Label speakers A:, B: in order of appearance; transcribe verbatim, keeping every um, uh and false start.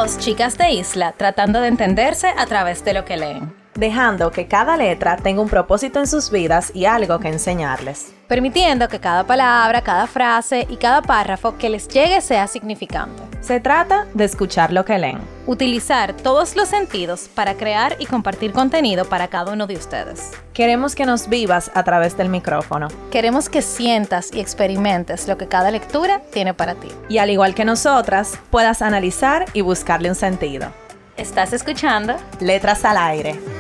A: Dos chicas de isla tratando de entenderse a través de lo que leen,
B: dejando que cada letra tenga un propósito en sus vidas y algo que enseñarles,
A: permitiendo que cada palabra, cada frase y cada párrafo que les llegue sea significante.
B: Se trata de escuchar lo que leen,
A: utilizar todos los sentidos para crear y compartir contenido para cada uno de ustedes.
B: Queremos que nos vivas a través del micrófono.
A: Queremos que sientas y experimentes lo que cada lectura tiene para ti.
B: Y al igual que nosotras, puedas analizar y buscarle un sentido.
A: ¿Estás escuchando?
B: Letras al Aire.